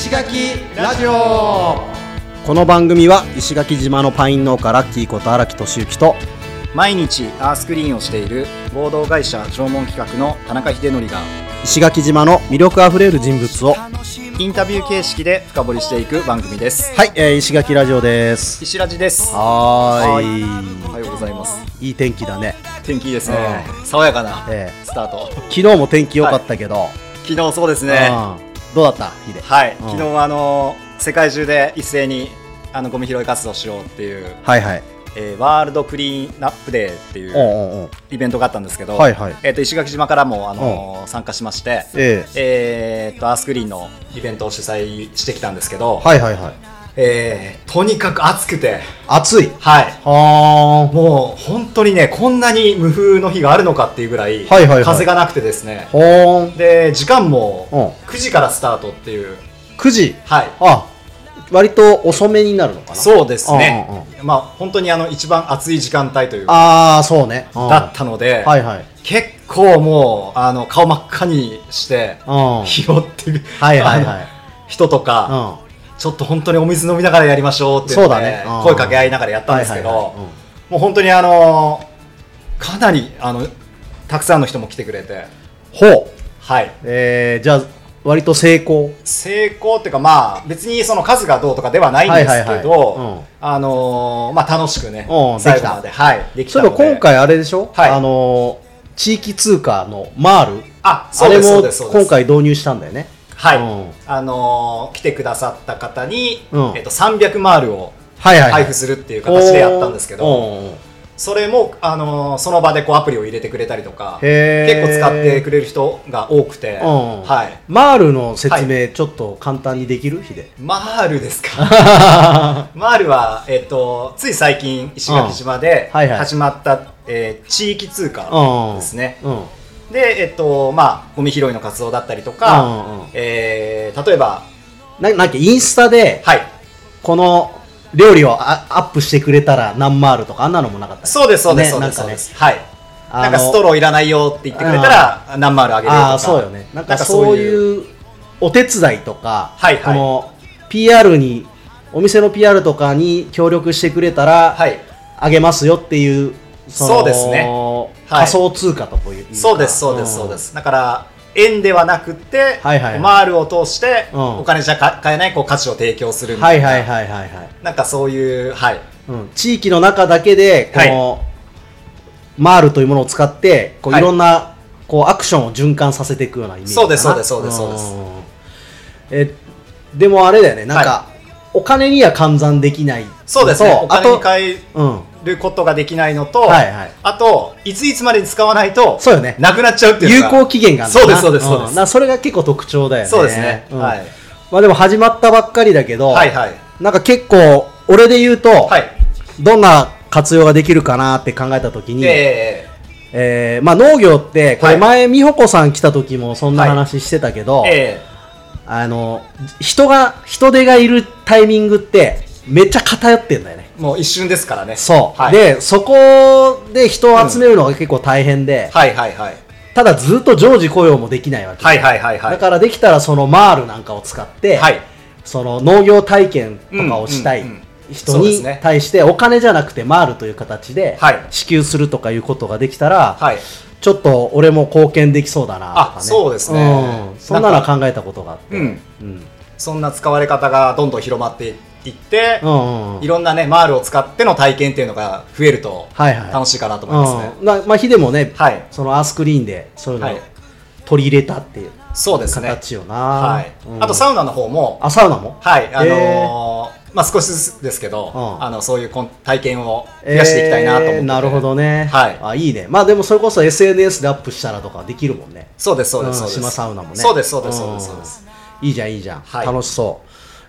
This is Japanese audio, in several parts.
石垣ラジオ。 この番組は石垣島のパイン農家ラッキーこと荒木俊之と毎日アースクリーンをしている合同会社縄文企画の田中秀則が石垣島の魅力あふれる人物をインタビュー形式で深掘りしていく番組です。 はい、石垣ラジオです。 石ラジです。 はーい、 おはようございます。 いい天気だね。 天気いいですね、爽やかなスタート、 昨日も天気良かったけど、 昨日そうですね、 どうだったヒデ。 はい、昨日は世界中で一斉にゴミ拾い活動しようっていう、 はいはい、 ワールドクリーンアップデーっていうイベントがあったんですけど、 はいはい、 石垣島からも参加しまして、アースクリーンのイベントを主催してきたんですけど、 はいはいはい、 とにかく暑くて暑い、 はい、 はもう本当にね、こんなに無風の日があるのかっていうぐらい、 はいはいはい、 風がなくてですね、 で時間も9時からスタートっていう。 9時、 はい、 割と遅めになるのかな。 そうですね、まあ本当に一番暑い時間帯というか、そうね、 だったので、 はいはい、 結構もう顔真っ赤にして拾ってる、はいはいはい、人とか、ちょっと本当にお水飲みながらやりましょうっていうので、ね、声かけ合いながらやったんですけど、もう本当にかなりたくさんの人も来てくれて、 ほう、 はい、 じゃあ割と成功っていうか、まあ別にその数がどうとかではないんですけど、まあ楽しくね、最後まで、はい、できたので。 そういえば今回あれでしょ、はい、地域通貨のマール、あれも今回導入したんだよね。 はい、来てくださった方に、300マールを配布するっていう形でやったんですけど、それもその場でアプリを入れてくれたりとか、結構使ってくれる人が多くて、はい、 マールの説明ちょっと簡単にできる？ヒデ。 マールですか？マールは、つい最近石垣島で始まった、地域通貨ですね。で、まあゴミ拾いの活動だったりとか、例えばなんかインスタで、はい、この料理をアップしてくれたら何マールとかあんなのもなかった？ そうですそうですそうですそうです。はい。なんかストローいらないよって言ってくれたら何マールあげるとか。 そうよね。なんかそういうお手伝いとか、この PR に、お店の PR とかに協力してくれたらあげますよっていう、 そうですね。 仮想通貨とこういう。 そうですそうですそうです。だから円ではなくて、マールを通してお金じゃ買えない価値を提供するみたいな、なんかそういう、はい、 地域の中だけでこのマールというものを使っていろんなアクションを循環させていくようなイメージかな。 そうですそうですそうですそうです。でもあれだよね、なんかお金には換算できない。 そうですね、お金に変えることができないのと、あといついつまでに使わないとなくなっちゃうっていう有効期限がある。 そうですそうですそうです。 それが結構特徴だよね。 そうですね。はい。 まあでも始まったばっかりだけど、なんか結構俺で言うとどんな活用ができるかなって考えたときに、まあ農業ってこれ前美穂子さん来た時もそんな話してたけど、人手がいるタイミングってめっちゃ偏ってんだよね。 もう一瞬ですからね。 そう、でそこで人を集めるのが結構大変で、ただずっと常時雇用もできないわけで、だからできたらそのマールなんかを使って、その農業体験とかをしたい人に対してお金じゃなくてマールという形で支給するとかいうことができたら、ちょっと俺も貢献できそうだなとかね。 そうですね、 そんなの考えたことがあって、 そんな使われ方がどんどん広まっていって、いろんなねマールを使っての体験っていうのが増えると楽しいかなと思いますね。 まあヒデもね、そのアースクリーンでそういうのを取り入れたっていう形よな。 あとサウナの方も、 サウナも、 まあ少しずつですけど、そういう体験を増やしていきたいなと思って。 なるほどね。いいね。まあでもそれこそ SNS でアップしたらとかできるもんね。 そうですそうですそうです。 島サウナもね。 そうですそうですそうですそうです。 いいじゃんいいじゃん。楽しそう。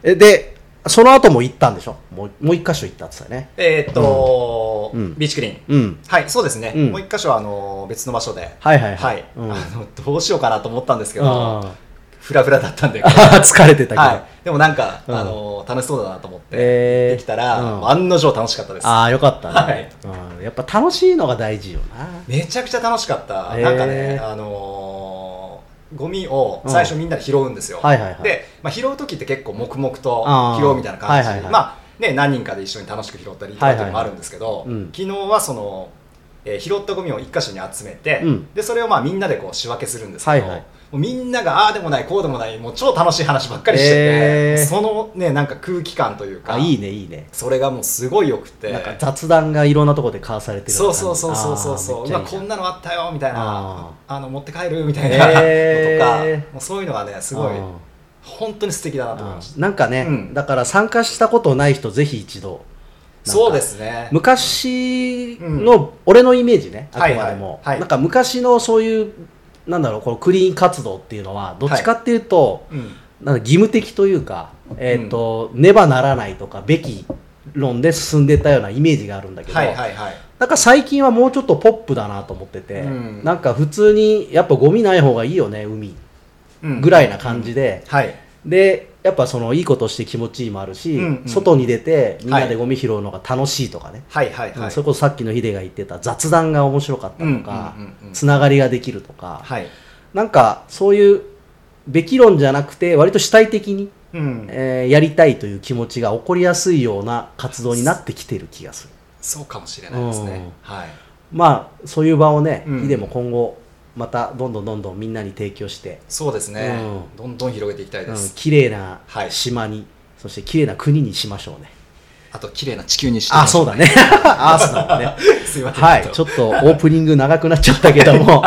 でその後も行ったんでしょ。もう一箇所行ったって言ったよね。 ビーチクリーン。はい、そうですね。もう一箇所は別の場所で。どうしようかなと思ったんですけど、フラフラだったんで。 疲れてたけど。 でもなんか楽しそうだなと思ってできたら、案の定楽しかったです。 よかったね。やっぱ楽しいのが大事よな。 めちゃくちゃ楽しかった。なんかね、 ゴミを最初みんなで拾うんですよ、で、拾う時って結構黙々と拾うみたいな感じで、何人かで一緒に楽しく拾ったりとかっていうのもあるんですけど、昨日はその、拾ったゴミを一箇所に集めて、でそれをみんなでこう仕分けするんですけど、もうみんながああでもないこうでもないもう超楽しい話ばっかりしてて、そのねなんか空気感というか、 いいねいいね、 それがもうすごいよくて、 なんか雑談がいろんなところで交わされてるそうこんなのあったよみたいな、持って帰るみたいなのとか、もうそういうのがねすごい本当に素敵だなと思いました。 なんかね、だから参加したことない人ぜひ一度。 そうですね、 昔の、俺のイメージね、あくまでも、なんか昔のそういうなんだろう、このクリーン活動っていうのはどっちかっていうと、なんか義務的というか、ねばならないとかべき論で進んでたようなイメージがあるんだけど、なんか最近はもうちょっとポップだなと思ってて、なんか普通にやっぱゴミない方がいいよね海ぐらいな感じで、でやっぱそのいいことして気持ちいいもあるし、外に出てみんなでゴミ拾うのが楽しいとかね、それこそさっきのヒデが言ってた雑談が面白かったとか、つながりができるとか、なんかそういうべき論じゃなくて割と主体的に、やりたいという気持ちが起こりやすいような活動になってきてる気がする。 そうかもしれないですね、 まあそういう場をね、ヒデも今後またどんどんみんなに提供して、 そうですね、どんどん広げていきたいです。 綺麗な島に、そして綺麗な国にしましょうね。 あと綺麗な地球にしてあ、そうだねアースだもんねすいません、はい、ちょっとオープニング長くなっちゃったけども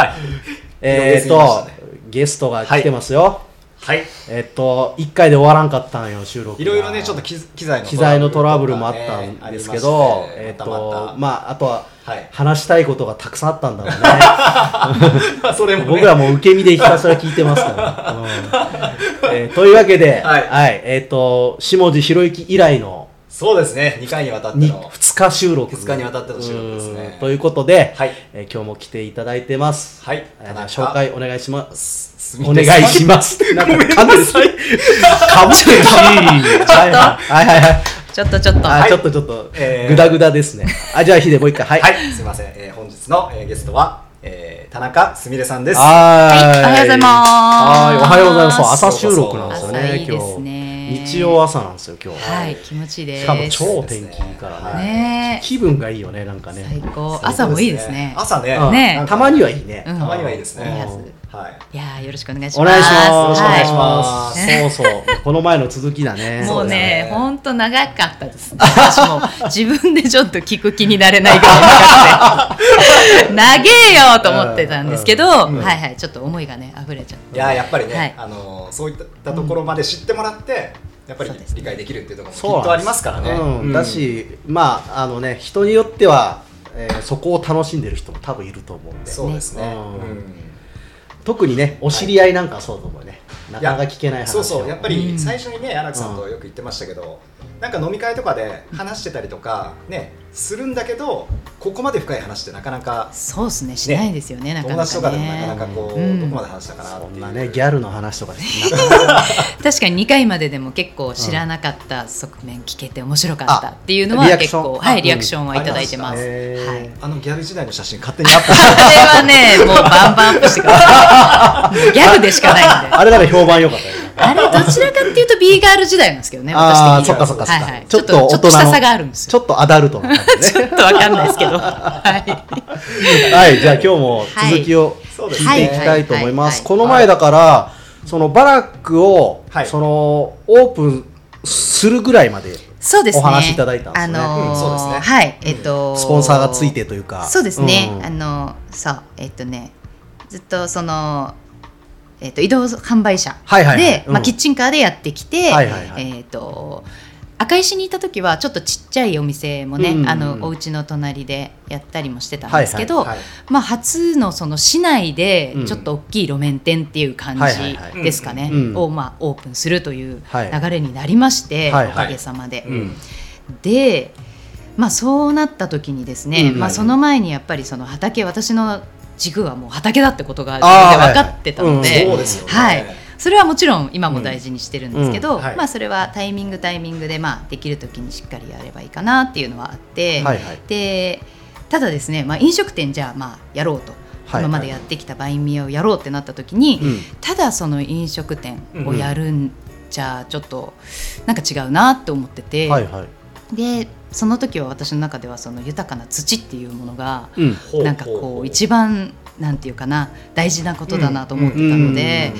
ゲストが来てますよ。1回で終わらんかったんよ、収録。 いろいろねちょっと機材のトラブルもあったんですけど、あとは話したいことがたくさんあったんだろうねそれもね、僕らも受け身でひたすら聞いてますから、というわけで、下地博之以来の、 そうですね、2回にわたっての 2日収録、 2日にわたっての収録ですね。 ということで、今日も来ていただいてます。紹介お願いします。お願いします。なんか噛んでるし、かぶってるし、ちょっとグダグダですね。じゃあヒデもう一回、 すみません、本日のゲストは田中すみれさんです。 おはようございます。 おはようございます。朝収録なんですよね、今日。日曜朝なんですよ今日。 はい、気持ちいいです。 しかも超天気いいからね。気分がいいよね、なんかね。 最高。朝もいいですね。 朝ね、 たまにはいいね。 たまにはいいですね。 いや、よろしくお願いします。 お願いします。よろしくお願いします。そう、この前の続きだね。 もうね、本当長かったです。私も自分でちょっと聞く気になれないぐらい長くて、長えよと思ってたんですけど、ちょっと思いがね溢れちゃって。 いや、やっぱりね、そういったところまで知ってもらって、やっぱり理解できるっていうところもきっとありますからね。 だし、人によってはそこを楽しんでる人も多分いると思うんで。 そうですね。 特にね、お知り合いなんかそうと思うね。なかなか聞けない話。 そう、やっぱり最初にね、荒木さんとよく言ってましたけど、なんか飲み会とかで話してたりとかねするんだけど、ここまで深い話ってなかなかそうですね、しないですよね。 友達とかでもなかなかこうどこまで話したかなっていう。 そんなね、ギャルの話とか確かに2回まででも結構知らなかった側面聞けて面白かったっていうのは結構リアクションはいただいてます。 ギャル時代の写真勝手にアップしてあれはね、もうバンバンアップしてください。ギャルでしかないんで。 あれがね、評判良かったよ。 あれどちらかっていうと B ガール時代なんですけどね、私的には。 そっか。 ちょっと大人した差があるんですよ。 ちょっとアダルトな感じね。 ちょっとわかんないですけど。 はい、じゃあ今日も続きを聞いていきたいと思います。この前だからそのバラックをそのオープンするぐらいまでお話しいただいたんですね。 そうですね。 はい、 スポンサーがついてというか。 そうですね。ずっとその移動販売車でキッチンカーでやってきて、赤石にいた時はちょっとちっちゃいお店もね、お家の隣でやったりもしてたんですけど、初のその市内でちょっと大きい路面店っていう感じですかねをオープンするという流れになりまして、おかげさまで。で、そうなった時にですね、その前にやっぱりその畑、私の軸はもう畑だってことが分かってたので、それはもちろん今も大事にしてるんですけど、それはタイミングでできる時にしっかりやればいいかなっていうのはあって、でただですね、飲食店じゃあやろうと今までやってきたバインミーをやろうってなった時に、ただその飲食店をやるんじゃちょっとなんか違うなって思ってて、でその時は私の中ではその豊かな土っていうものが、なんかこう一番なんていうかな大事なことだなと思ってたので、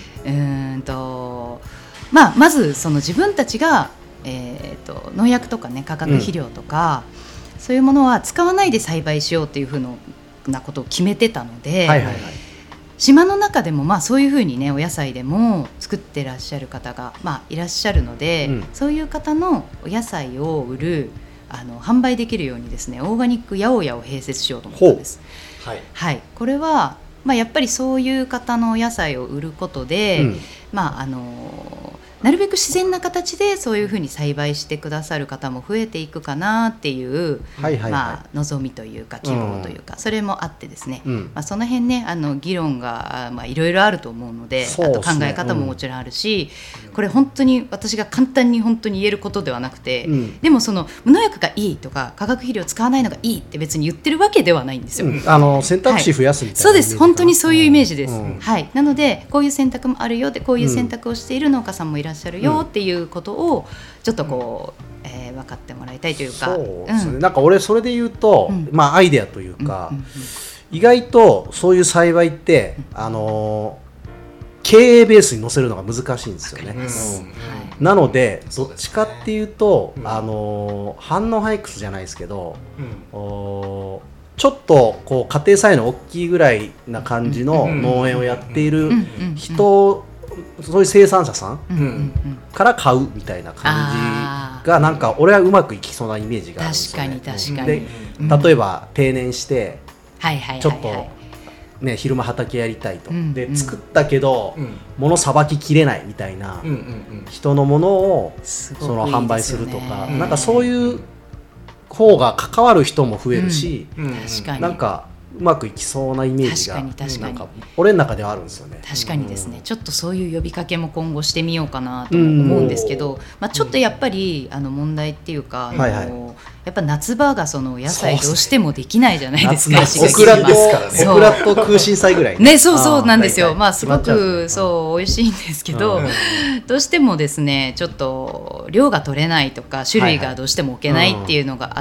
まずその自分たちが、農薬とかね化学肥料とか、そういうものは使わないで栽培しようっていうふうなことを決めてたので、島の中でもそういうふうにねお野菜でも作ってらっしゃる方がいらっしゃるので、そういう方のお野菜を売る販売できるようにですねオーガニック八百屋を併設しようと思ったんです。これは、やっぱりそういう方のお野菜を売ることで、なるべく自然な形でそういうふうに栽培してくださる方も増えていくかなっていう、望みというか希望というか、それもあってですね、その辺ね議論がいろいろあると思うので、あと考え方ももちろんあるし、これ本当に私が簡単に本当に言えることではなくて、でもその無農薬がいいとか化学肥料を使わないのがいいって別に言ってるわけではないんですよ。 選択肢増やすみたいな、 そうです、本当にそういうイメージです。なのでこういう選択もあるよで、こういう選択をしている農家さんもいらっしゃるよっていうことをちょっとこう、分かってもらいたいというか、 そうですね、なんか俺それで言うと、アイデアというか、意外とそういう栽培って経営ベースに乗せるのが難しいんですよね。なのでどっちかっていうと、反応ハイクスじゃないですけど、ちょっとこう家庭菜園の大きいぐらいな感じの農園をやっている人、そういう生産者さんから買うみたいな感じがなんか俺はうまくいきそうなイメージがあるんですよね。 確かにで例えば定年してちょっとね昼間畑やりたいと、で作ったけど物さばききれないみたいな人のものをその販売するとか、なんかそういう方が関わる人も増えるし、なんかうまくいきそうなイメージがなんか俺の中ではあるんですよね。 確かにですね、ちょっとそういう呼びかけも今後してみようかなと思うんですけど、ちょっとやっぱり問題っていうか、やっぱ夏場がその野菜どうしてもできないじゃないですか。 オクラと空心菜ぐらいね、そうなんですよ。すごくそう美味しいんですけど、どうしてもですねちょっと量が取れないとか種類がどうしても置けないっていうのがあって、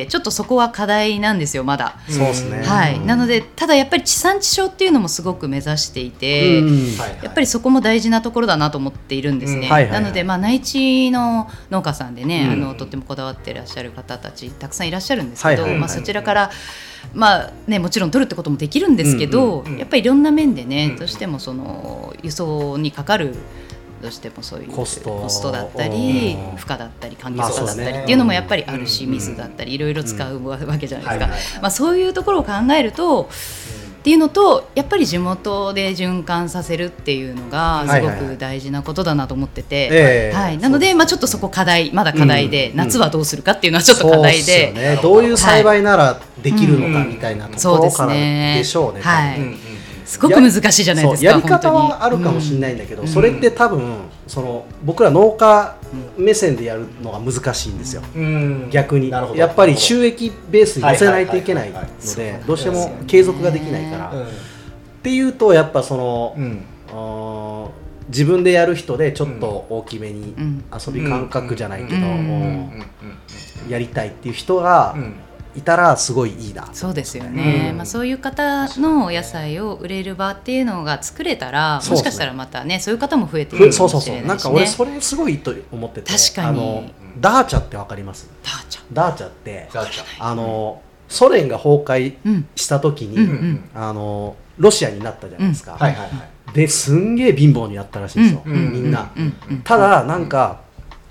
ちょっとそこは課題なんですよまだ。 そうですね。 なのでただやっぱり地産地消っていうのもすごく目指していて、やっぱりそこも大事なところだなと思っているんですね。なので内地の農家さんでね、とってもこだわっていらっしゃる方たちたくさんいらっしゃるんですけど、そちらからもちろん取るってこともできるんですけど、やっぱりいろんな面でね、どうしてもその輸送にかかるどうしてもそういうコストだったり負荷だったり環境負荷だったりっていうのもやっぱりあるし、水だったりいろいろ使うわけじゃないですか。そういうところを考えるとっていうのと、やっぱり地元で循環させるっていうのがすごく大事なことだなと思ってて、なのでちょっとそこまだ課題で、夏はどうするかっていうのはちょっと課題で、 どういう栽培ならできるのかみたいなところからでしょうね。 すごく難しいじゃないですか。 やり方はあるかもしれないんだけど、それって多分その僕ら農家目線でやるのが難しいんですよ。逆にやっぱり収益ベースに乗せないといけないので、どうしても継続ができないから、っていうとやっぱその自分でやる人でちょっと大きめに遊び感覚じゃないけどやりたいっていう人がいたらすごいいいな。 そうですよね。そういう方のお野菜を売れる場っていうのが作れたら、もしかしたらまたねそういう方も増えていくかもしれないしね。 なんか俺それすごいと思ってて、 確かにダーチャってわかります？ダーチャってソ連が崩壊した時にロシアになったじゃないですか。ですんげえ貧乏になったらしいんですよ、みんな。ただなんか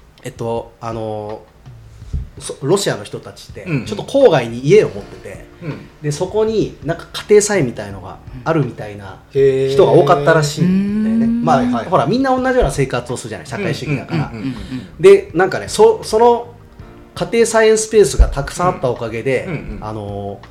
ロシアの人たちってちょっと郊外に家を持ってて、でそこになんか家庭菜園みたいのがあるみたいな人が多かったらしいんだよね。ほらみんな同じような生活をするじゃない、社会主義だから。でなんかねその家庭菜園スペースがたくさんあったおかげで、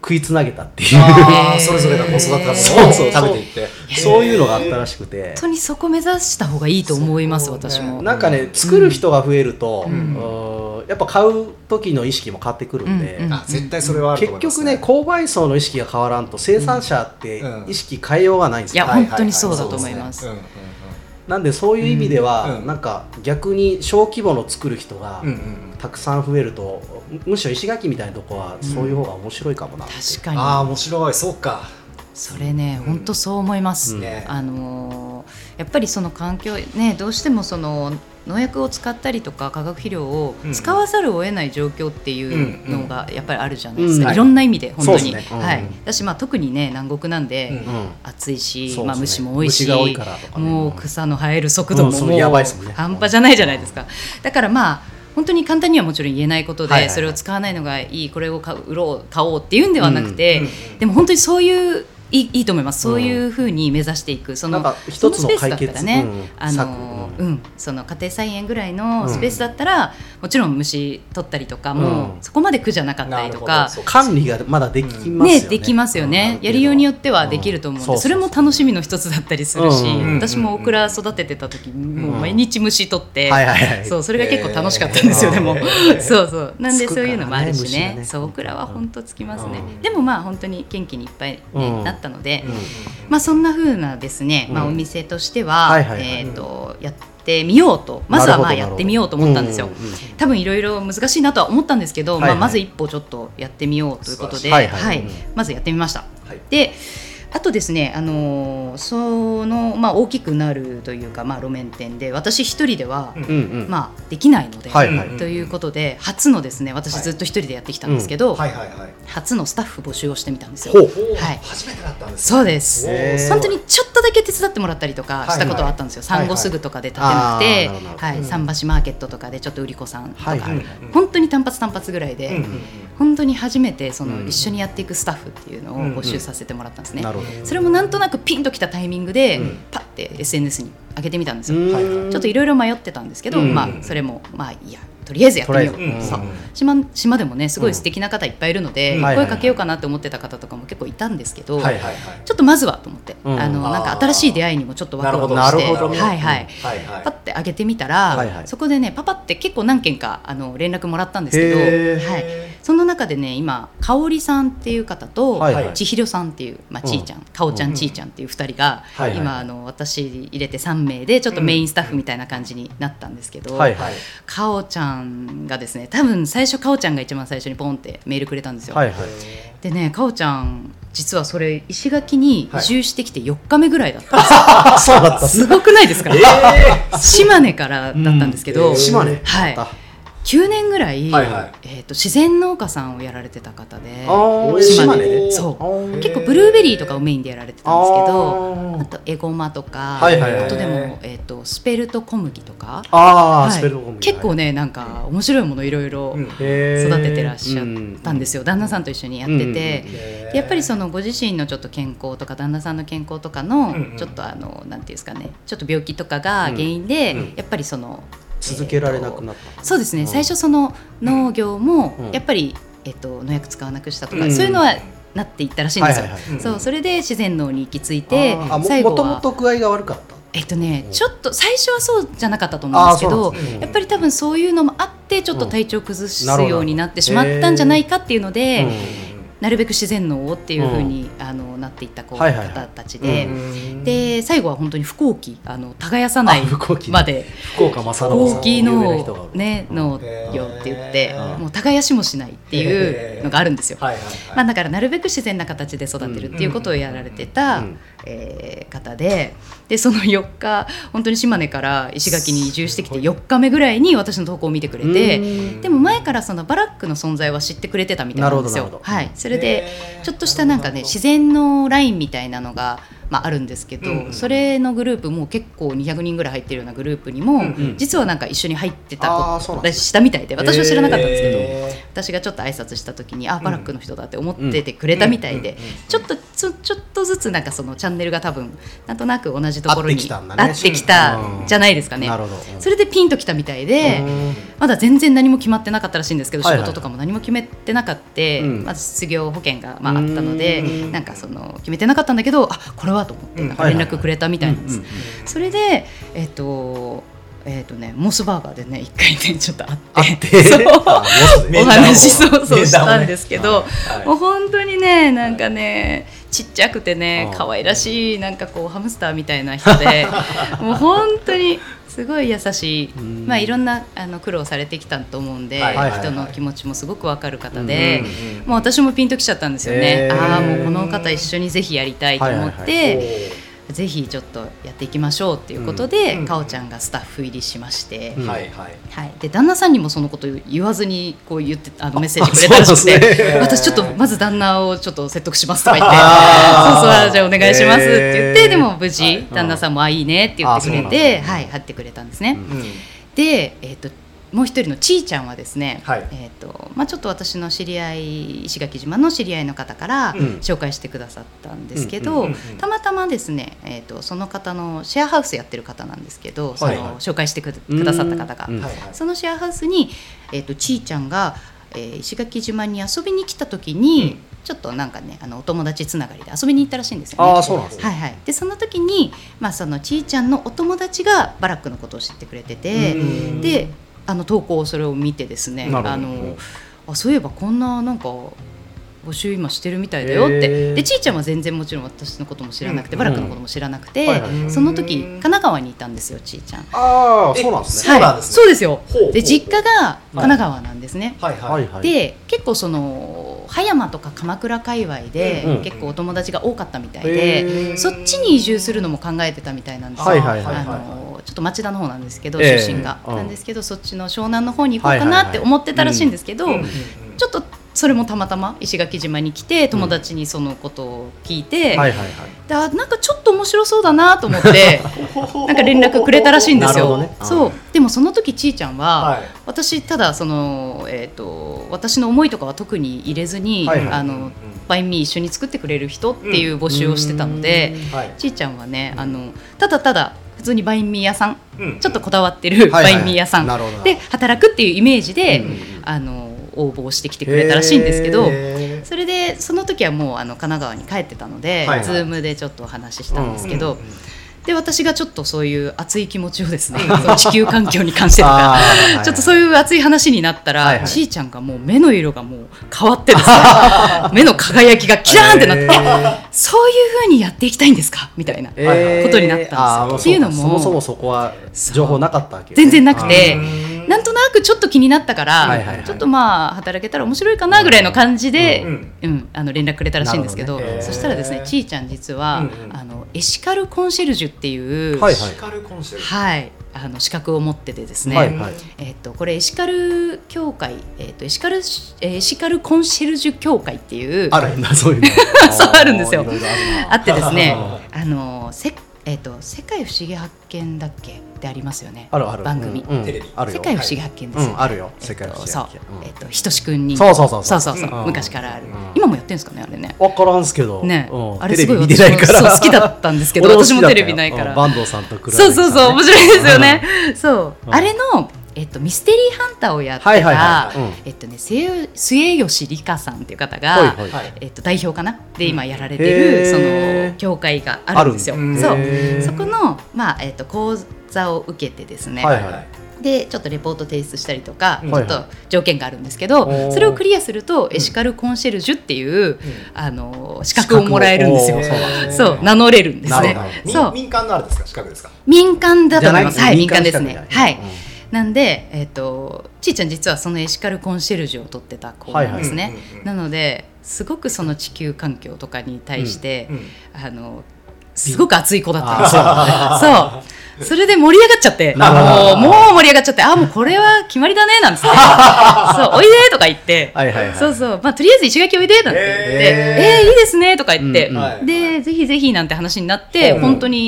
食いつなげたっていうそれぞれが子育てだと食べていってそういうのがあったらしくて、 本当にそこ目指した方がいいと思います、私も。 なんかね、作る人が増えると、やっぱ買う時の意識も変わってくるんで、 絶対それはあると思いますね。 結局ね、購買層の意識が変わらんと生産者って意識変えようがないんですよ。 いや本当にそうだと思います。 なんでそういう意味では、なんか逆に小規模の作る人がたくさん増えると、むしろ石垣みたいなとこはそういう方が面白いかもなって。 確かに。 面白い。そうか。 それね、本当そう思います。やっぱりその環境ね、どうしてもその農薬を使ったりとか化学肥料を使わざるを得ない状況っていうのがやっぱりあるじゃないですか、いろんな意味で本当に、だし特にね南国なんで暑いし、虫も多いし、もう草の生える速度ももう半端じゃないじゃないですか。だから本当に簡単にはもちろん言えないことで、それを使わないのがいい、これを買おうっていうんではなくて、でも本当にそういういいと思います。そういうふうに目指していく、その一つの解決そのスペースだったらね、その家庭菜園ぐらいのスペースだったら、もちろん虫取ったりとかもそこまで苦じゃなかったりとか、 管理がまだできますよね。 できますよね。やりようによってはできると思うんで、それも楽しみの一つだったりするし、私もオクラ育ててた時もう毎日虫取って、それが結構楽しかったんですよ。でもそうなんでそういうのもあるしね。そうオクラは本当つきますね。でも本当に元気にいっぱいなったので、そんな風なですね、お店としてはやってみようと、まずはやってみようと思ったんですよ。多分いろいろ難しいなとは思ったんですけど、まず一歩ちょっとやってみようということで、まずやってみました。であとですね、その大きくなるというか、路面店で私一人ではできないので、ということで初のですね、私ずっと一人でやってきたんですけど、初のスタッフ募集をしてみたんですよ。 初めてだったんです。 そうです。本当にちょっとだけ手伝ってもらったりとかしたことはあったんですよ。サンゴすぐとかで立てなくて、桟橋マーケットとかでちょっと売り子さんとか、本当に単発ぐらいで、本当に初めてその一緒にやっていくスタッフっていうのを募集させてもらったんですね。それもなんとなくピンときたタイミングでパッて SNS に上げてみたんですよ。ちょっといろいろ迷ってたんですけど、それもいやとりあえずやってみよう。島でもねすごい素敵な方いっぱいいるので、声かけようかなって思ってた方とかも結構いたんですけど、ちょっとまずはと思って、なんか新しい出会いにもちょっとワクワクしてパッて上げてみたら、そこでねパパって結構何件か連絡もらったんですけど、その中でね今かおりさんっていう方とちひろさんっていうちいちゃん、かおちゃんちいちゃんっていう2人が今私入れて3名でちょっとメインスタッフみたいな感じになったんですけど、かおちゃんがですね、多分最初かおちゃんが一番最初にポンってメールくれたんですよ。でね、かおちゃん実はそれ石垣に移住してきて4日目ぐらいだったんですよ。そうだった。すごくないですか？島根からだったんですけど、 島根、 9年ぐらい、自然農家さんをやられてた方で、 島根でそう結構ブルーベリーとかをメインでやられてたんですけど、あとエゴマとか、あとでも、スペルト小麦とか、結構ねなんか面白いものいろいろ育ててらっしゃったんですよ。旦那さんと一緒にやってて、やっぱりそのご自身のちょっと健康とか旦那さんの健康とかのちょっとなんていうんですかね、ちょっと病気とかが原因で、やっぱりその続けられなくなった。 そうですね、最初その農業もやっぱり、農薬使わなくしたとか、そういうのはなっていったらしいんですよ。それで自然農に行き着いて、最後はもともと具合が悪かった。 ちょっと最初はそうじゃなかったと思うんですけど、やっぱり多分そういうのもあってちょっと体調崩すようになってしまったんじゃないかっていうので、なるべく自然農をっていう風になっていった方たちで、で最後は本当に不耕起耕さないまで福岡正信さん大きいのね農業って言ってもう耕しもしないっていうのがあるんですよ。だからなるべく自然な形で育てるっていうことをやられてた方で、その4日本当に島根から石垣に移住してきて4日目ぐらいに私の投稿を見てくれて、でも前からそのバラックの存在は知ってくれてたみたいなんですよ。それでちょっとしたなんかね自然のラインみたいなのがあるんですけど、それのグループも結構200人ぐらい入ってるようなグループにも、実はなんか一緒に入ってたしたみたいで、私は知らなかったんですけ私がちょっと挨拶した時にバラックの人だって思っててくれたみたいで、ちょっとずつなんかそのチャンネルが多分なんとなく同じところに合ってきたじゃないですかね。それでピンときたみたいで、まだ全然何も決まってなかったらしいんですけど、仕事とかも何も決めてなかった、まず失業保険があったので、なんかその決めてなかったんだけど、これはと思ってなんか連絡くれたみたいなんです。それでモスバーガーでね一回ねちょっと会ってお話したんですけど、もう本当にねなんかねちっちゃくてね可愛らしいなんかこうハムスターみたいな人でもう本当にすごい優しい、いろんな苦労されてきたと思うんで、人の気持ちもすごく分かる方で、もう私もピンときちゃったんですよね。もうこの方一緒にぜひやりたいと思って、ぜひちょっとやっていきましょうっていうことで、かおちゃんがスタッフ入りしまして、で旦那さんにもそのこと言わずにこう言ってメッセージくれたらしくて、私ちょっとまず旦那をちょっと説得しますとか言ってそうじゃあお願いしますって言って、でも無事旦那さんもいいねって言ってくれて、貼ってくれたんですね。でもう一人のちーちゃんはですね、ちょっと私の知り合い、石垣島の知り合いの方から紹介してくださったんですけど、たまたまですね、その方のシェアハウスやってる方なんですけど、その紹介してくださった方が、そのシェアハウスに、ちーちゃんが、石垣島に遊びに来た時に、ちょっとなんかねお友達つながりで遊びに行ったらしいんですよね。 そうなんですね。 でその時に、そのちーちゃんのお友達がバラックのことを知ってくれてて、で投稿をそれを見てですね、そういえばこんななんか募集今してるみたいだよって。でちーちゃんは全然もちろん私のことも知らなくて、バラックのことも知らなくて、その時神奈川にいたんですよ、ちーちゃん。 そうなんですね。 そうですよ。で実家が神奈川なんですね。で結構その葉山とか鎌倉界隈で結構お友達が多かったみたいで、そっちに移住するのも考えてたみたいなんですよ。ちょっと町田の方なんですけど、出身がなんですけど、そっちの湘南の方に行こうかなって思ってたらしいんですけど、ちょっとそれもたまたま石垣島に来て友達にそのことを聞いて、なんかちょっと面白そうだなと思ってなんか連絡くれたらしいんですよ。そうでもその時ちーちゃんは、私ただその、私の思いとかは特に入れずに、バインミー一緒に作ってくれる人っていう募集をしてたので、ちーちゃんはねただ普通にバインミー屋さん、ちょっとこだわってるバインミー屋さんで働くっていうイメージで、応募してきてくれたらしいんですけど、それでその時はもう神奈川に帰ってたので、ズームでちょっとお話ししたんですけど、で私がちょっとそういう熱い気持ちをですねその地球環境に関してとかちょっとそういう熱い話になったら、ちーちゃんがもう目の色がもう変わってですね目の輝きがキラーンってなって、そういう風にやっていきたいんですかみたいなことになったんですよ。っていうのもそもそもそこは情報なかったわけ、 全然なくて、なんとなくちょっと気になったから、ちょっと働けたら面白いかなぐらいの感じで、連絡くれたらしいんですけど、そしたらですね、ちーちゃん実は、エシカルコンシェルジュっていう、資格を持っててですね、これエシカル協会、エシカルコンシェルジュ協会っていうそういうのそうあるんですよ。あってですね、世界不思議発見だっけってありますよね。番組、テレビ世界不思議発見ですよ。 あるよ、世界不思議発見。ひとしくんにそう昔からある。今もやってんですかね、あれね。 分からんすけどね、あれすごい私も好きだったんですけど、私もテレビないから。 坂東さんと比べてそう面白いですよね。そうあれのミステリーハンターをやってた末吉里香さんっていう方が代表かなで今やられてるその協会があるんですよ。そこの講座を受けてですね、でちょっとレポート提出したりとか、ちょっと条件があるんですけど、それをクリアするとエシカルコンシェルジュっていう資格をもらえるんですよ。そう名乗れるんですね。 民間のあれですか、資格ですか？ 民間だと思います。民間ですね。なんで、ちーちゃん実はそのエシカルコンシェルジュを取ってた子なんですね。なのですごくその地球環境とかに対して、すごく熱い子だったんですよ。それで盛り上がっちゃって、もう盛り上がっちゃって、もうこれは決まりだねなんですね。おいでとか言って、とりあえず石垣おいでなんて言って、いいですねとか言って、でぜひぜひなんて話になって、本当に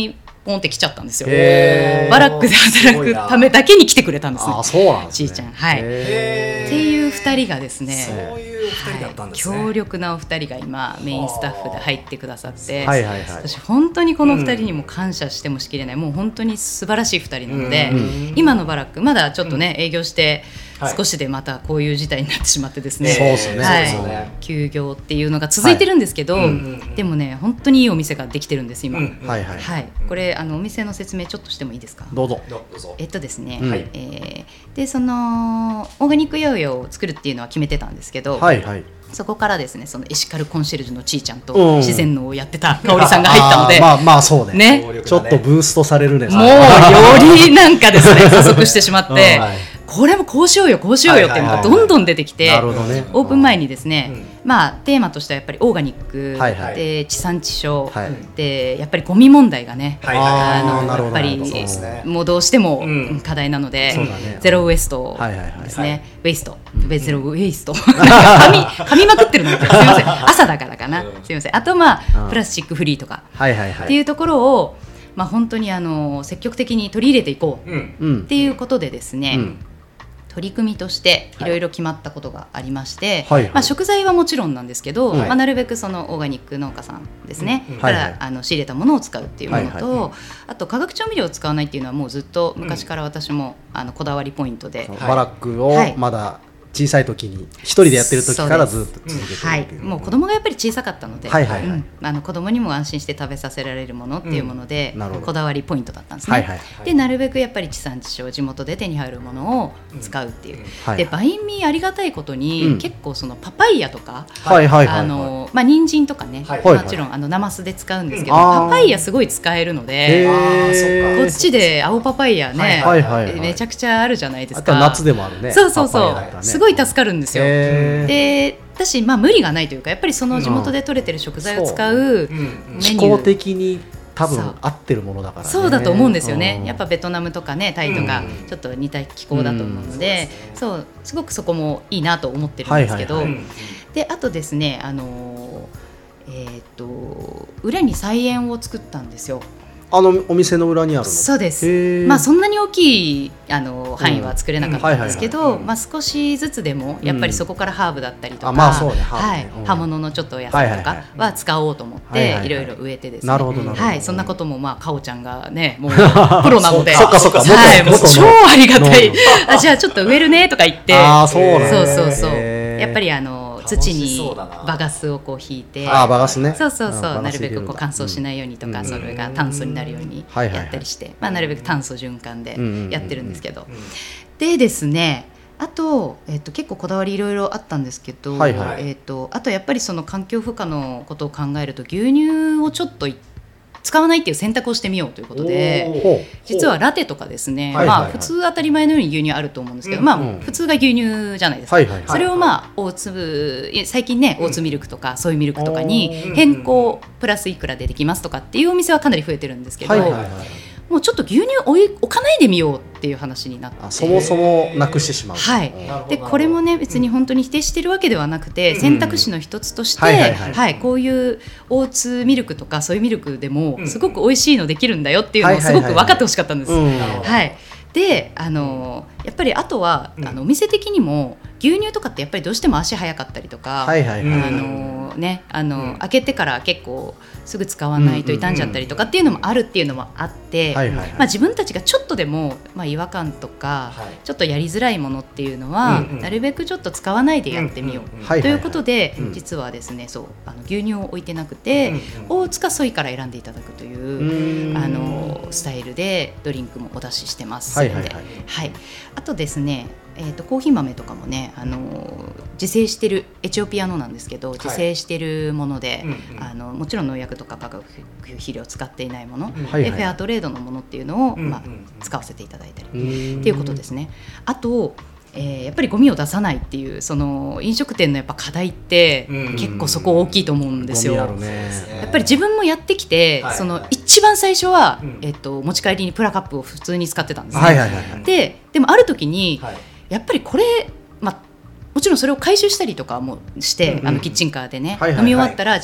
ポンって来ちゃったんですよ。バラックで働くためだけに来てくれたんですね。 そうなんですね。 ちーちゃん、はい。っていう2人がですね、 そういう2人だったんですね。 強力なお二人が今メインスタッフで入ってくださって、私本当にこの2人にも感謝してもしきれない、もう本当に素晴らしい2人なので、今のバラックまだちょっとね、営業して少しでまたこういう事態になってしまってですね、 そうですね、 休業っていうのが続いてるんですけど、でもね本当にいいお店ができてるんです今。これお店の説明ちょっとしてもいいですか。 どうぞ。 ですね、でそのオーガニック八百屋を作るっていうのは決めてたんですけど、そこからですね、そのエシカルコンシェルジュのちーちゃんと自然農をやってた香織さんが入ったので、 まあそうね、ちょっとブーストされるね。 もうよりなんかですね加速してしまってこれもこうしようよこうしようよっていうのがどんどん出てきて、オープン前にですね、まあテーマとしてはやっぱりオーガニックで地産地消でやっぱりゴミ問題がね、やっぱりもうどうしても課題なので、ゼロウエストですね、ウェイストゼロウェイスト噛みまくってるのですいません、朝だからかな、すいません。あとまあプラスチックフリーとかっていうところをまあ本当に積極的に取り入れていこうっていうことでですね、取り組みとしていろいろ決まったことがありまして、まあ、食材はもちろんなんですけど、まあ、なるべくそのオーガニック農家さんですね、から仕入れたものを使うっていうものと、あと化学調味料を使わないっていうのはもうずっと昔から私もこだわりポイントで、 バラックをまだ小さい時に一人でやってる時からずっと続けてるっていう、 もう子供がやっぱり小さかったので、子供にも安心して食べさせられるものっていうもので、こだわりポイントだったんですね。でなるべくやっぱり地産地消、地元で手に入るものを使うっていう、でバインミーありがたいことに、結構そのパパイヤとか人参とかね、もちろんナマスで使うんですけど、パパイヤすごい使えるので、こっちで青パパイヤねめちゃくちゃあるじゃないですか。 夏でもあるね。 そうすごい助かるんですよ。で私まあ無理がないというか、やっぱりその地元で採れてる食材を使うメニュー、 気候的に多分合ってるものだからね。 そうだと思うんですよね。やっぱベトナムとかね、タイとかちょっと似た気候だと思うので、そうすごくそこもいいなと思ってるんですけど、であとですね、裏に菜園を作ったんですよ。 お店の裏にあるの。 そうです。まあそんなに大きい範囲は作れなかったんですけど、まあ少しずつでもやっぱりそこからハーブだったりとか、葉物のちょっと野菜とかは使おうと思っていろいろ植えてですね。そんなこともまあかおちゃんがねもうプロなので、もう超ありがたい。じゃあちょっと植えるねとか言って、そうやっぱり土にバガスをこう引いて、 バガスね。 そうなるべくこう乾燥しないようにとか、それが炭素になるようにやったりして、なるべく炭素循環でやってるんですけど、でですね、あと、結構こだわりいろいろあったんですけど、あとやっぱりその環境負荷のことを考えると、牛乳をちょっと使わないっていう選択をしてみようということで、実はラテとかですね、まあ普通当たり前のように牛乳あると思うんですけど、まあ普通が牛乳じゃないですか。それをまあ大粒、最近ねオーツミルクとかソイミルクとかに変更プラスいくらでできますとかっていうお店はかなり増えてるんですけど、もうちょっと牛乳置かないでみようっていう話になって、 そもそもなくしてしまう。 でこれもね別に本当に否定してるわけではなくて、選択肢の一つとしてこういうオーツミルクとかソイミルクでもすごく美味しいのできるんだよっていうのをすごく分かってほしかったんです。でやっぱりあとはお店的にも牛乳とかってやっぱりどうしても足早かったりとか、開けてから結構すぐ使わないと傷んじゃったりとかっていうのもあるっていうのもあって、自分たちがちょっとでも違和感とかちょっとやりづらいものっていうのはなるべくちょっと使わないでやってみようということで、実はですね、牛乳を置いてなくて大塚ソイから選んでいただくというスタイルでドリンクもお出ししてます。あとですね、コーヒー豆とかもね、自生してるエチオピアのなんですけど、自生してるもので、もちろん農薬とか化学肥料を使っていないもの、でフェアトレードのものっていうのを、使わせていただいたりっていうことですね。あとやっぱりゴミを出さないっていうその飲食店のやっぱ課題って結構そこ大きいと思うんですよ。やっぱり自分もやってきて、その一番最初は、持ち帰りにプラカップを普通に使ってたんですね。でもある時に、やっぱりこれ、もちろんそれを回収したりとかもして、キッチンカーでね、飲み終わったらじゃあ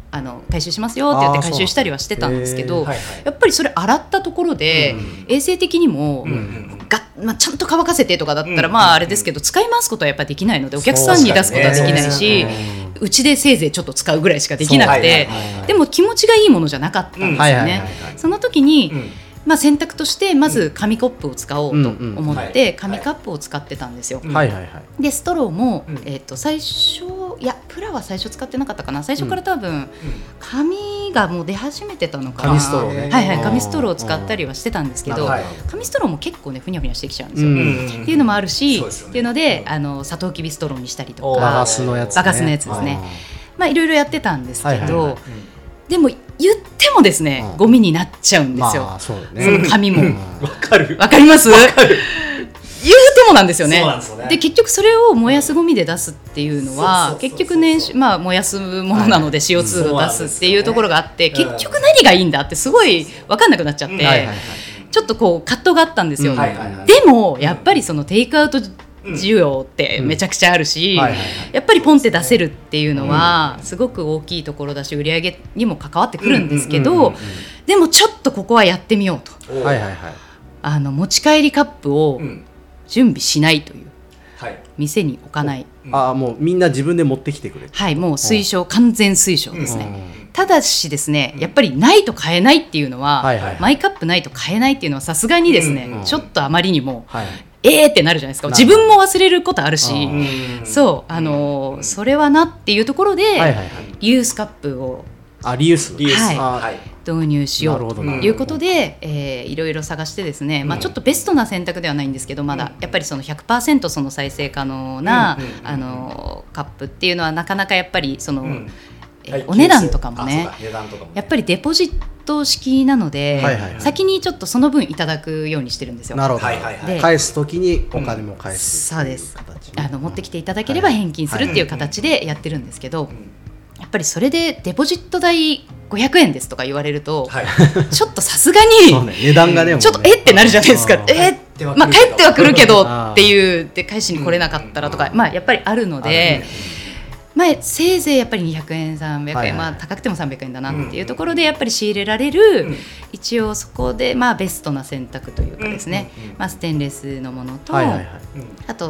回収しますよって言って回収したりはしてたんですけど、やっぱりそれ洗ったところで、衛生的にも、ちゃんと乾かせてとかだったら、あれですけど使い回すことはやっぱりできないので、お客さんに出すことはできないし、うちでせいぜいちょっと使うぐらいしかできなくて、でも気持ちがいいものじゃなかったんですよね。その時に、選択としてまず紙コップを使おうと思って紙カップを使ってたんですよ。でストローも、最初プラは最初使ってなかったかな。最初から多分、紙がもう出始めてたのかな。紙ストローね。紙ストローを使ったりはしてたんですけど、紙ストローも結構ねふにゃふにゃしてきちゃうんですよ。っていうのもあるし、っていうのでサトウキビストローにしたりとか、 バガスのやつですね。いろいろやってたんですけど、でも言ってもですね、ゴミになっちゃうんですよ。その紙も。わかります？言うてもなんですよね。で結局それを燃やすゴミで出すっていうのは結局燃やすものなので CO2 を出すっていうところがあって、結局何がいいんだってすごい分かんなくなっちゃって、ちょっとこう葛藤があったんですよ。でもやっぱりそのテイクアウト需要ってめちゃくちゃあるし、やっぱりポンって出せるっていうのはすごく大きいところだし、売り上げにも関わってくるんですけど、でもちょっとここはやってみようと。持ち帰りカップを準備しないという、店に置かない。 もうみんな自分で持ってきてくれる。 もう推奨、完全推奨ですね。ただしですね、やっぱりないと買えないっていうのは、マイカップないと買えないっていうのはさすがにですね、ちょっとあまりにもってなるじゃないですか。自分も忘れることあるし、それはなっていうところで、リユースカップを導入しようということで、いろいろ探してですね、ちょっとベストな選択ではないんですけど、まだやっぱりその 100% その再生可能なカップっていうのはなかなかやっぱりそのお値段とかもね、やっぱりデポジット式なので、先にちょっとその分いただくようにしてるんですよ。 なるほど。返す時にお金も返す。 そうです。持ってきていただければ返金するっていう形でやってるんですけど、やっぱりそれでデポジット代500円ですとか言われると、ちょっとさすがに値段がね、 ちょっとってなるじゃないですか。帰ってはくるけどっていう、で返しに来れなかったらとか、やっぱりあるので。せいぜいやっぱり200円300円、高くても300円だなっていうところでやっぱり仕入れられる、一応そこでベストな選択というかですね、ステンレスのものと、あと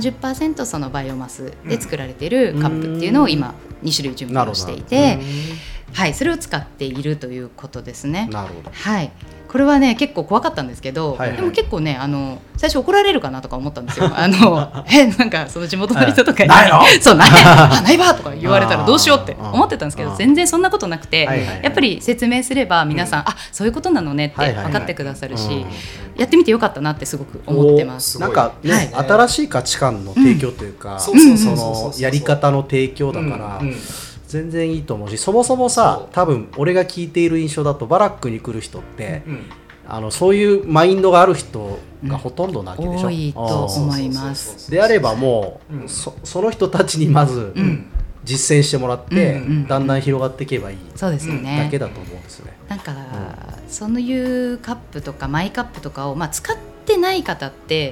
30% そのバイオマスで作られているカップっていうのを今2種類準備をしていて、それを使っているということですね。 なるほど。 これはね結構怖かったんですけど、でも結構ね最初怒られるかなとか思ったんですよ。なんかその地元の人とかにないわとか言われたらどうしようって思ってたんですけど、全然そんなことなくて、やっぱり説明すれば皆さん、そういうことなのねって分かってくださるし、やってみてよかったなってすごく思ってます。 なんかね、新しい価値観の提供というか、そのやり方の提供だから全然いいと思うし、そもそもさ、多分俺が聞いている印象だとバラックに来る人って、そういうマインドがある人がほとんどなわけでしょ。 多いと思います。 であればもう、その人たちにまず実践してもらって、だんだん広がっていけばいいだけだと思うんですよね。 なんかそういうカップとかマイカップとかを使ってない方って、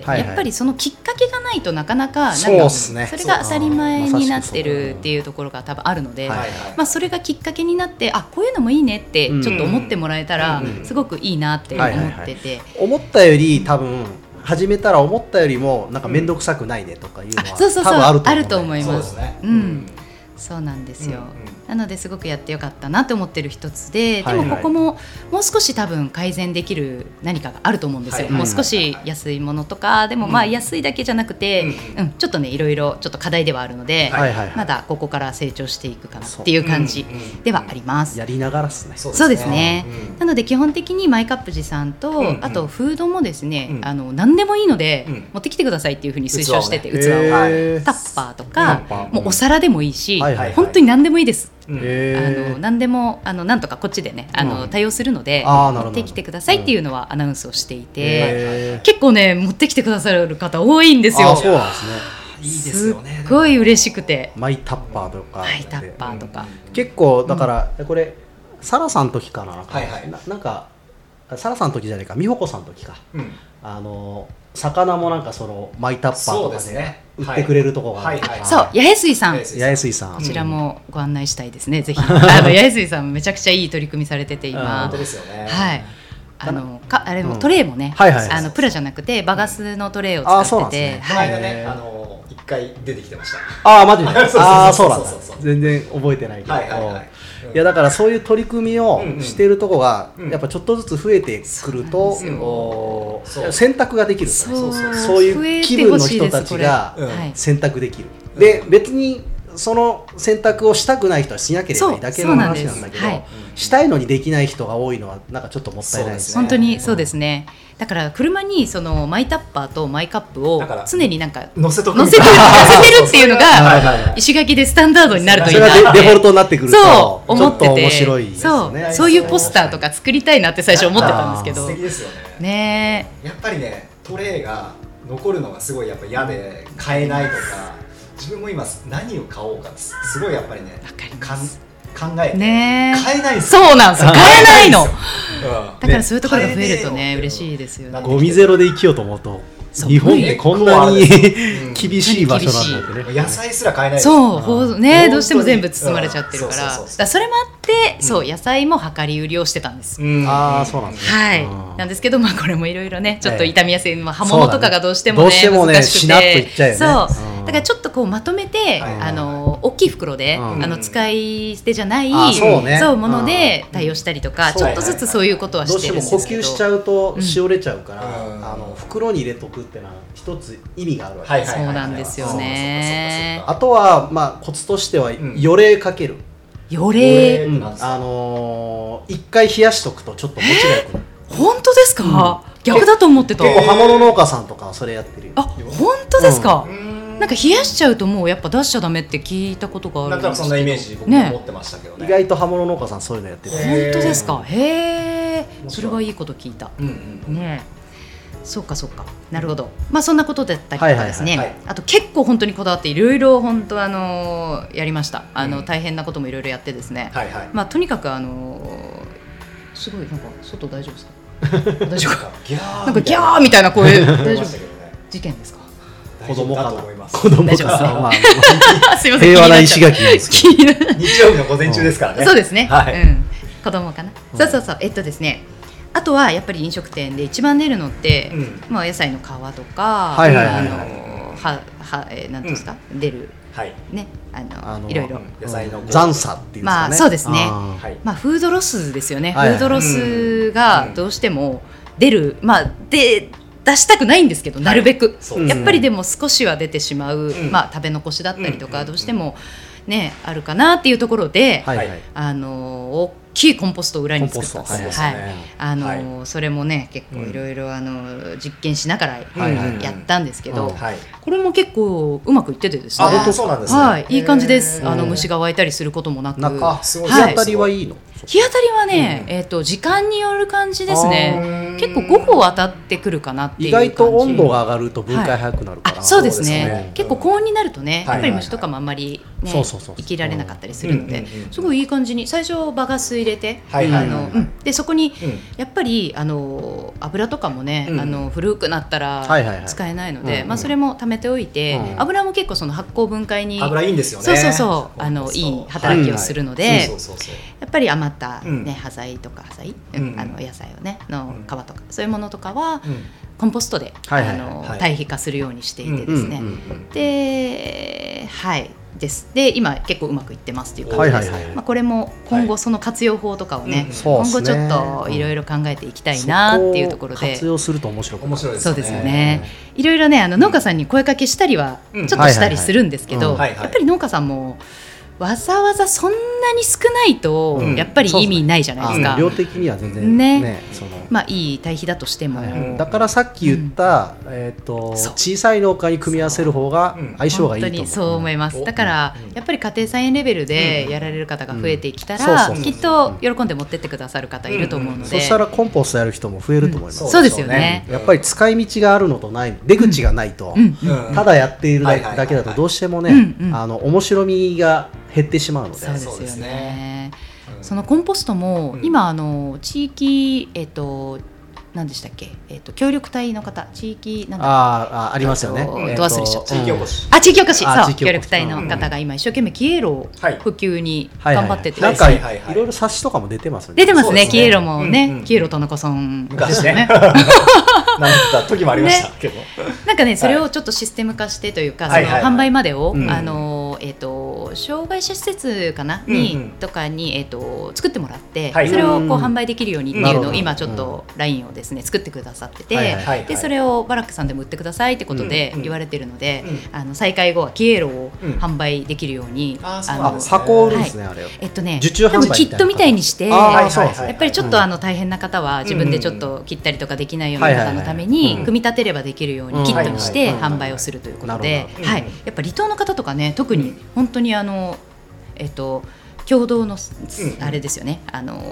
やっぱりそのきっかけがないとなかなかそれが当たり前になってるっていうところが多分あるので、それがきっかけになって、こういうのもいいねってちょっと思ってもらえたらすごくいいなって思ってて、 思ったより多分始めたら思ったよりもなんか面倒くさくないねとかいうのは多分あると思います。そうなんですよ。なのですごくやってよかったなと思ってる一つで、でもここももう少し多分改善できる何かがあると思うんですよ。もう少し安いものとかでも安いだけじゃなくて、ちょっとねいろいろちょっと課題ではあるので、まだここから成長していくかなっていう感じではあります。 やりながらですね。 そうですね。なので基本的にマイカップ持参と、あとフードもですね、何でもいいので持ってきてくださいっていうふうに推奨してて、器をタッパーとかもうお皿でもいいし、本当に何でもいいです。何でもなんとかこっちでね対応するので持ってきてくださいっていうのはアナウンスをしていて、結構ね持ってきてくださる方多いんですよ。 そうなんですね。 いいですよね。 すごい嬉しくて、 マイタッパーとか結構だからこれサラさんの時かな、なんかサラさんの時じゃないか、美穂子さんの時か、 魚もなんかそのマイタッパーとかで売ってくれるとこがある。 そう、八重水さん、 八重水さん、 こちらもご案内したいですね。ぜひ八重水さんめちゃくちゃいい取り組みされてて今。 本当ですよね。 はい。あれもトレイもね、プラじゃなくてバガスのトレイを使ってて、 この間ね一回出てきてました。 マジで。そうなんだ。全然覚えてないけど。いやだからそういう取り組みをしているとこがやっぱちょっとずつ増えてくると選択ができる。そういう気分の人たちが選択できる。で別にその選択をしたくない人はしなければいいだけの話なんだけど、したいのにできない人が多いのはなんかちょっともったいないですね。 本当にそうですね。だから車にそのマイタッパーとマイカップを常になんか乗せてるっていうのが石垣でスタンダードになるといいなって。 それがデフォルトになってくるとそう思ってて、 面白いですね。 そういうポスターとか作りたいなって最初思ってたんですけど。 素敵ですよね。やっぱりねトレイが残るのがすごいやっぱ嫌で買えないとか。自分も今何を買おうかすごいやっぱりね考えて買えないんですよ。 そうなんですよ、買えないの。だからそういうところが増えるとね嬉しいですよね。 ゴミゼロで生きようと思うと日本ってこんなに厳しい場所なんだってね。 野菜すら買えない。 そうね、どうしても全部包まれちゃってるから、それもあってそう野菜も量り売りをしてたんです。 そうなんですね。 はい、なんですけどこれもいろいろねちょっと傷みやすい刃物とかがどうしてもね難しくて、 しなっといっちゃうよね。 そうだからちょっとこうまとめて大きい袋で使い捨てじゃないそうもので対応したりとかちょっとずつそういうことはしてるんですけど、 どうしても呼吸しちゃうとしおれちゃうから袋に入れとくってのは一つ意味があるわけです。 そうなんですよね。 あとはコツとしては予冷かける。 予冷、 一回冷やしとくとちょっと持ちが良くなる。 本当ですか？逆だと思ってた。 結構刃物農家さんとかはそれやってるよ。 本当ですか？なんか冷やしちゃうともうやっぱ出しちゃダメって聞いたことがあるんですけど。 なんかそんなイメージ僕も持ってましたけどね。 意外と刃物農家さんそういうのやってる。 本当ですか？へえ、それはいいこと聞いた。ね。そうかなるほど。そんなことだったりとかですね。あと結構本当にこだわっていろいろ本当やりました。大変なこともいろいろやってですね。とにかくすごいなんか外大丈夫ですか？大丈夫か？なんかギャーみたいな声大丈夫？事件ですか？ 子供かな。 子供かな。すみません。 平和な石垣ですけど。 日曜日の午前中ですからね。 そうですね。子供かな。そうですね。あとはやっぱり飲食店で一番出るのって、野菜の皮とか、なんていうんですか、出るね、いろいろ野菜の残差っていうんですかね。 そうですね。フードロスですよね。フードロスがどうしても出る、で出したくないんですけど、なるべくやっぱりでも少しは出てしまう、食べ残しだったりとかどうしてもねあるかなっていうところで、大きいコンポストを裏に作ったんです。それもね結構いろいろ実験しながらやったんですけど、これも結構うまくいっててですね。いい感じです。虫が湧いたりすることもなく。 日当たりはいいの？ 日当たりはね、時間による感じですね。結構午後当たってくるかなっていう感じ。 意外と温度が上がると分解早くなるから。 そうですね。結構高温になるとね、やっぱり虫とかもあんまりね生きられなかったりするので、すごいいい感じに最初バガス入れて、でそこにやっぱり油とかもね古くなったら使えないので、それも貯めておいて、油も結構その発酵分解に油いいんですよね。 いい働きをするので、やっぱり余ったね端材とか野菜をねの皮とかそういうものとかはコンポストで堆肥化するようにしていてですね。で今結構うまくいってますっていう感じです。これも今後その活用法とかをね、今後ちょっといろいろ考えていきたいなっていうところで、 活用すると面白いですね。 そうですよね。いろいろね農家さんに声かけしたりはちょっとしたりするんですけど、やっぱり農家さんもわざわざそんなに少ないとやっぱり意味ないじゃないですか。 量的には全然ね、 いい堆肥だとしても、 だからさっき言った小さい農家に組み合わせる方が相性がいいと思う。 本当にそう思います。だからやっぱり家庭菜園レベルでやられる方が増えてきたらきっと喜んで持ってってくださる方いると思うので、 そしたらコンポストやる人も増えると思います。 そうですよね。 やっぱり使い道があるのとない出口がないとただやっているだけだとどうしてもね面白みが減ってしまうので。 そうですよね。そのコンポストも今地域何でしたっけ、協力隊の方、地域なんだありますよね。 ど忘れしちゃった。 地域おこし。 地域おこし、そう、協力隊の方が今一生懸命キエロ普及に頑張ってて、 なんかいろいろ冊子とかも出てますよね。 出てますね、キエロもね、キエロ田中さん昔ね。なんか時もありましたけど。 なんかね、それをちょっとシステム化してというか、その販売までを障害者施設かなにとかに作ってもらって、それをこう販売できるようにっていうのを今ちょっとラインをですね作ってくださってて、でそれをバラックさんでも売ってくださいってことで言われてるので、再開後はキエロを販売できるように箱売るんですね、あれを。 受注販売キットみたいにして、やっぱりちょっと大変な方は自分でちょっと切ったりとかできないような方のために組み立てればできるようにキットにして販売をするということで、やっぱ離島の方とかね、特に本当に共同のあれですよね、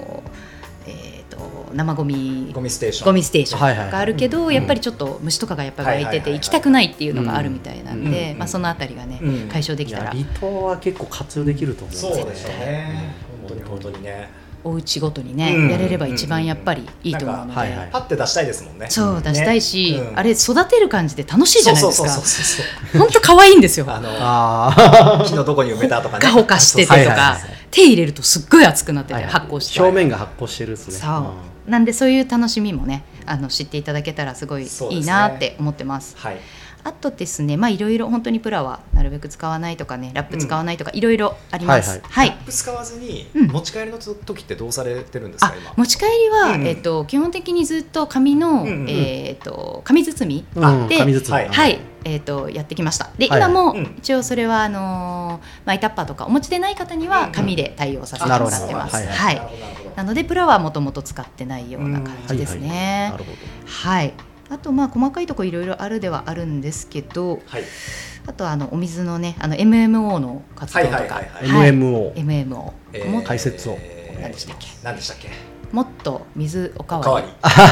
生ゴミステーションがあるけど、やっぱりちょっと虫とかがやっぱり湧いてて行きたくないっていうのがあるみたいなんで、そのあたりがね解消できたら、 離島は結構活用できると思う。 そうですね、本当にね、 お家ごとにねやれれば一番やっぱりいいと思うので、 パッて出したいですもんね。 そう出したいし、あれ育てる感じで楽しいじゃないですか。本当可愛いんですよ。 木のどこに埋めたとかね、 ほかしててとか、手入れるとすっごい熱くなってて発酵して、 表面が発酵してるですね。 そうなんで、そういう楽しみもね知っていただけたらすごいいいなって思ってます。あとですね、いろいろ本当にプラはなるべく使わないとかね、ラップ使わないとかいろいろあります。 ラップ使わずに持ち帰りの時ってどうされてるんですか？今持ち帰りは基本的にずっと紙の紙包みでやってきました。で今も一応それはマイタッパーとかお持ちでない方には紙で対応させてもらってます。なのでプラはもともと使ってないような感じですね。はい。あと細かいところいろいろあるではあるんですけど、あとお水のねMMO の活動とか、MMO も解説を何でしたっけもっと水おかわり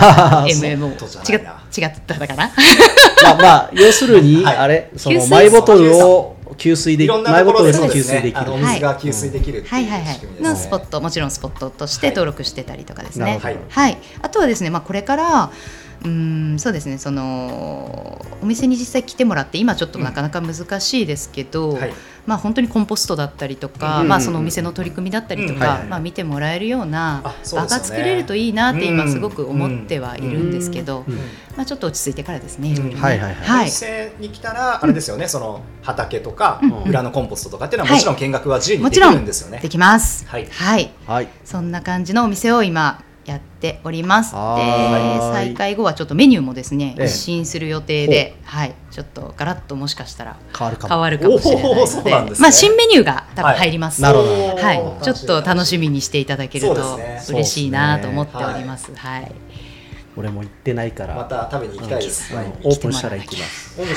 MMO 違ったかな。 要するにあれ、そのマイボトルを給水で、マイボトルの給水できる、 お水が給水できるっていう仕組みですね。 のスポット、もちろんスポットとして登録してたりとかですね。あとはですね、これからそうですね、そのお店に実際来てもらって、今ちょっとなかなか難しいですけど、本当にコンポストだったりとか、そのお店の取り組みだったりとか、見てもらえるような場が作れるといいなって今すごく思ってはいるんですけど、ちょっと落ち着いてからですね。 お店に来たらあれですよね、その畑とか裏のコンポストとかっていうのはもちろん見学は自由にできるんですよね。 できます。そんな感じのお店を今やっております。で、再開後はちょっとメニューもですね、一新する予定で、ちょっとガラッともしかしたら変わるかもしれないので、新メニューが多分入ります。ちょっと楽しみにしていただけると嬉しいなと思っております。 俺も行ってないからまた食べに行きたいです。 オープンしたら行きます。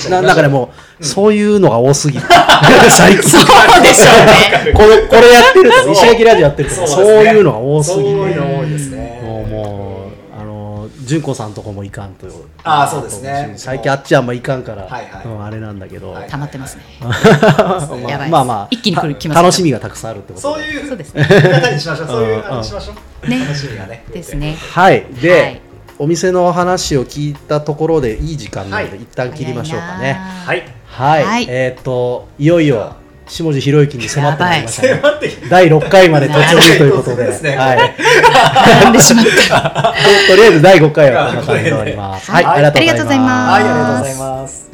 なんかでもそういうのが多すぎる最近。 そうでしょうね。 これやってると、石垣ラジオやってるとそういうのが多すぎて、 多いですね。 もう純子さんとこも行かんと。 そうですね。 最近あっちあんま行かんからあれなんだけど、 溜まってますね。 やばい。一気に来ます。楽しみがたくさんあるってこと。 そうですね。そういう話しましょう。楽しみがね。 ですね。 で、お店の話を聞いたところでいい時間なので一旦切りましょうかね。いよいよ下地博之に迫ってまいりましたね。第6回まで突入ということで、 並んでしまった。 とりあえず第5回はこんな感じで終わります。ありがとうございます。 ありがとうございます。